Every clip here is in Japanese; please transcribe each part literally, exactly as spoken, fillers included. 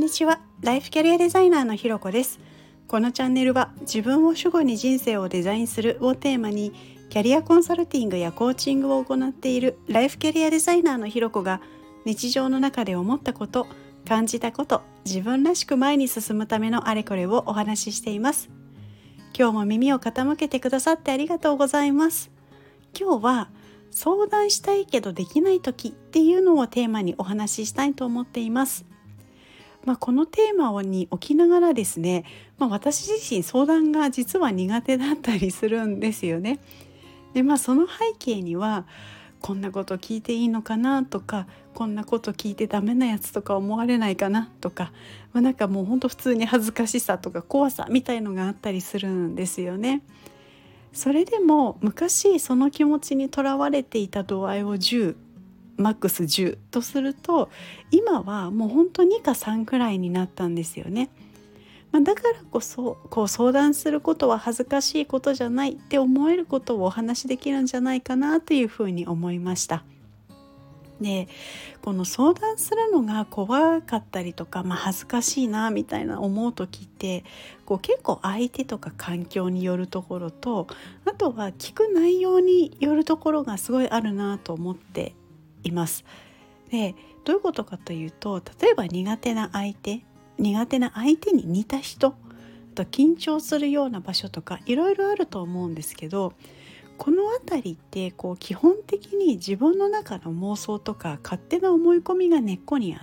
にちは。ライフキャリアデザイナーのひろこです。このチャンネルは自分を主語に人生をデザインするをテーマに、キャリアコンサルティングやコーチングを行っているライフキャリアデザイナーのひろこが、日常の中で思ったこと、感じたこと、自分らしく前に進むためのあれこれをお話ししています。今日も耳を傾けてくださってありがとうございます。今日は相談したいけどできない時っていうのをテーマにお話ししたいと思っています。まあ、このテーマに置きながらですね、まあ、私自身相談が実は苦手だったりするんですよね。で、まあ、その背景にはこんなこと聞いていいのかなとか、こんなこと聞いてダメなやつとか思われないかなとか、まあ、なんかもう本当普通に恥ずかしさとか怖さみたいのがあったりするんですよね。それでも昔その気持ちにとらわれていた度合いをじゅうマックスじゅうとすると、今はもう本当にかさんくらいになったんですよね。まあ、だからこそこう相談することは恥ずかしいことじゃないって思えることをお話しできるんじゃないかなというふうに思いました。で、この相談するのが怖かったりとか、まあ、恥ずかしいなみたいな思う時ってこう結構相手とか環境によるところと、あとは聞く内容によるところがすごいあるなと思っています。で、どういうことかというと、例えば苦手な相手苦手な相手に似た人と緊張するような場所とかいろいろあると思うんですけど、このあたりってこう基本的に自分の中の妄想とか勝手な思い込みが根っこにあって、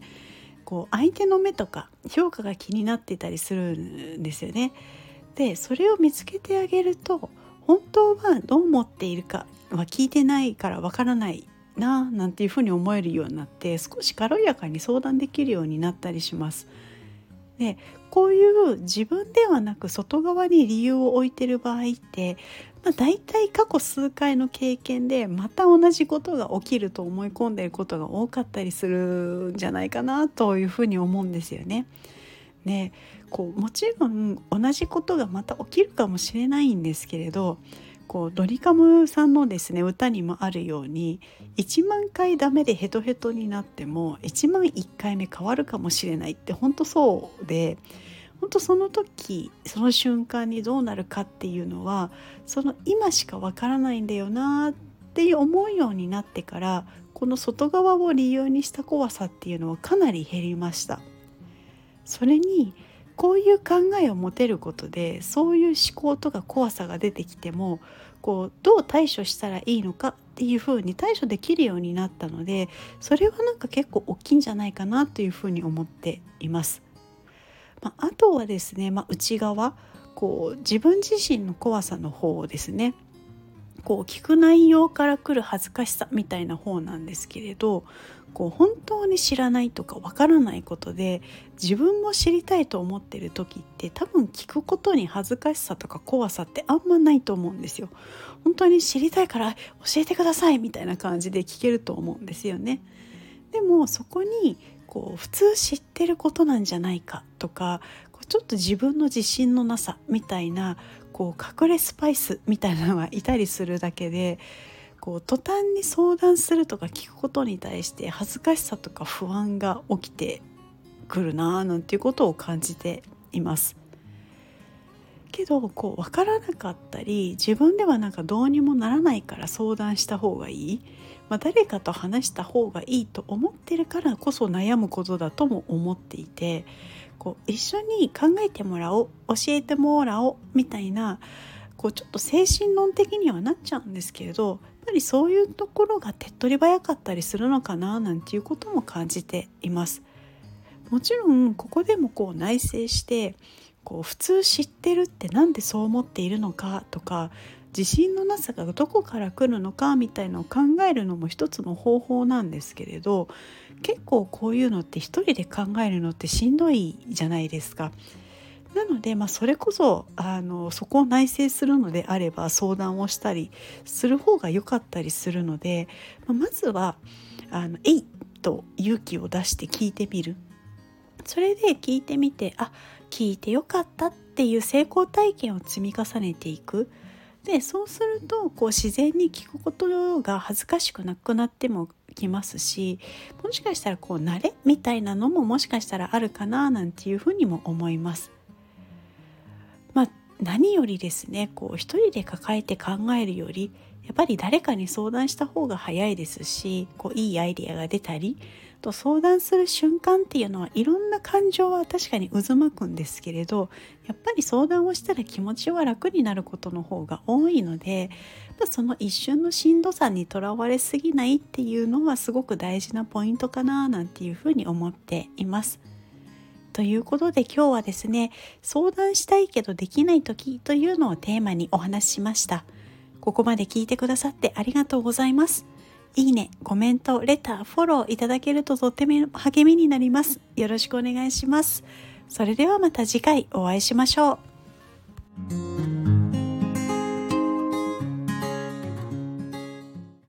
こう相手の目とか評価が気になっていたりするんですよね。で、それを見つけてあげると、本当はどう思っているかは聞いてないからわからないななんていうふうに思えるようになって、少し軽やかに相談できるようになったりします。で、こういう自分ではなく外側に理由を置いてる場合って、まあ、大体過去数回の経験でまた同じことが起きると思い込んでいることが多かったりするんじゃないかなというふうに思うんですよね。で、こうもちろん同じことがまた起きるかもしれないんですけれど、こうドリカムさんのですね歌にもあるように、いちまんかいダメでヘトヘトになってもいちまんいっかいめ変わるかもしれないって本当そうで、本当その時その瞬間にどうなるかっていうのはその今しかわからないんだよなっていう思うようになってから、この外側を理由にした怖さっていうのはかなり減りました。それにこういう考えを持てることで、そういう思考とか怖さが出てきてもこうどう対処したらいいのかっていうふうに対処できるようになったので、それはなんか結構大きいんじゃないかなというふうに思っています。まあ、あとはですね、まあ、内側こう自分自身の怖さの方をですね、こう聞く内容から来る恥ずかしさみたいな方なんですけれど、こう本当に知らないとかわからないことで自分も知りたいと思ってる時って、多分聞くことに恥ずかしさとか怖さってあんまないと思うんですよ。本当に知りたいから教えてくださいみたいな感じで聞けると思うんですよね。でもそこにこう普通知ってることなんじゃないかとか、こうちょっと自分の自信のなさみたいなこう隠れスパイスみたいなのがいたりするだけで、こう途端に相談するとか聞くことに対して恥ずかしさとか不安が起きてくるななんていうことを感じています。けどこう分からなかったり、自分ではなんかどうにもならないから相談した方がいい、まあ、誰かと話した方がいいと思ってるからこそ悩むことだとも思っていて、こう一緒に考えてもらおう、教えてもらおうみたいな、こうちょっと精神論的にはなっちゃうんですけれど、やっぱりそういうところが手っ取り早かったりするのかななんていうことも感じています。もちろんここでもこう内省して、こう普通知ってるってなんでそう思っているのかとか、自信のなさがどこから来るのかみたいのを考えるのも一つの方法なんですけれど、結構こういうのって一人で考えるのってしんどいじゃないですか。なので、まあ、それこそあのそこを内省するのであれば相談をしたりする方が良かったりするので、まあ、まずはあのえいと勇気を出して聞いてみる。それで聞いてみて、あ、聞いてよかったっていう成功体験を積み重ねていく。で、そうするとこう自然に聞くことが恥ずかしくなくなってもきますし、もしかしたらこう慣れみたいなのももしかしたらあるかななんていうふうにも思います。まあ何よりですね、こう一人で抱えて考えるよりやっぱり誰かに相談した方が早いですし、こういいアイデアが出たりと、相談する瞬間っていうのはいろんな感情は確かに渦巻くんですけれど、やっぱり相談をしたら気持ちは楽になることの方が多いので、やっぱその一瞬のしんどさにとらわれすぎないっていうのはすごく大事なポイントかななんていうふうに思っています。ということで今日はですね、相談したいけどできない時というのをテーマにお話ししました。ここまで聞いてくださってありがとうございます。いいね、コメント、レター、フォローいただけるととっても励みになります。よろしくお願いします。それではまた次回お会いしましょう。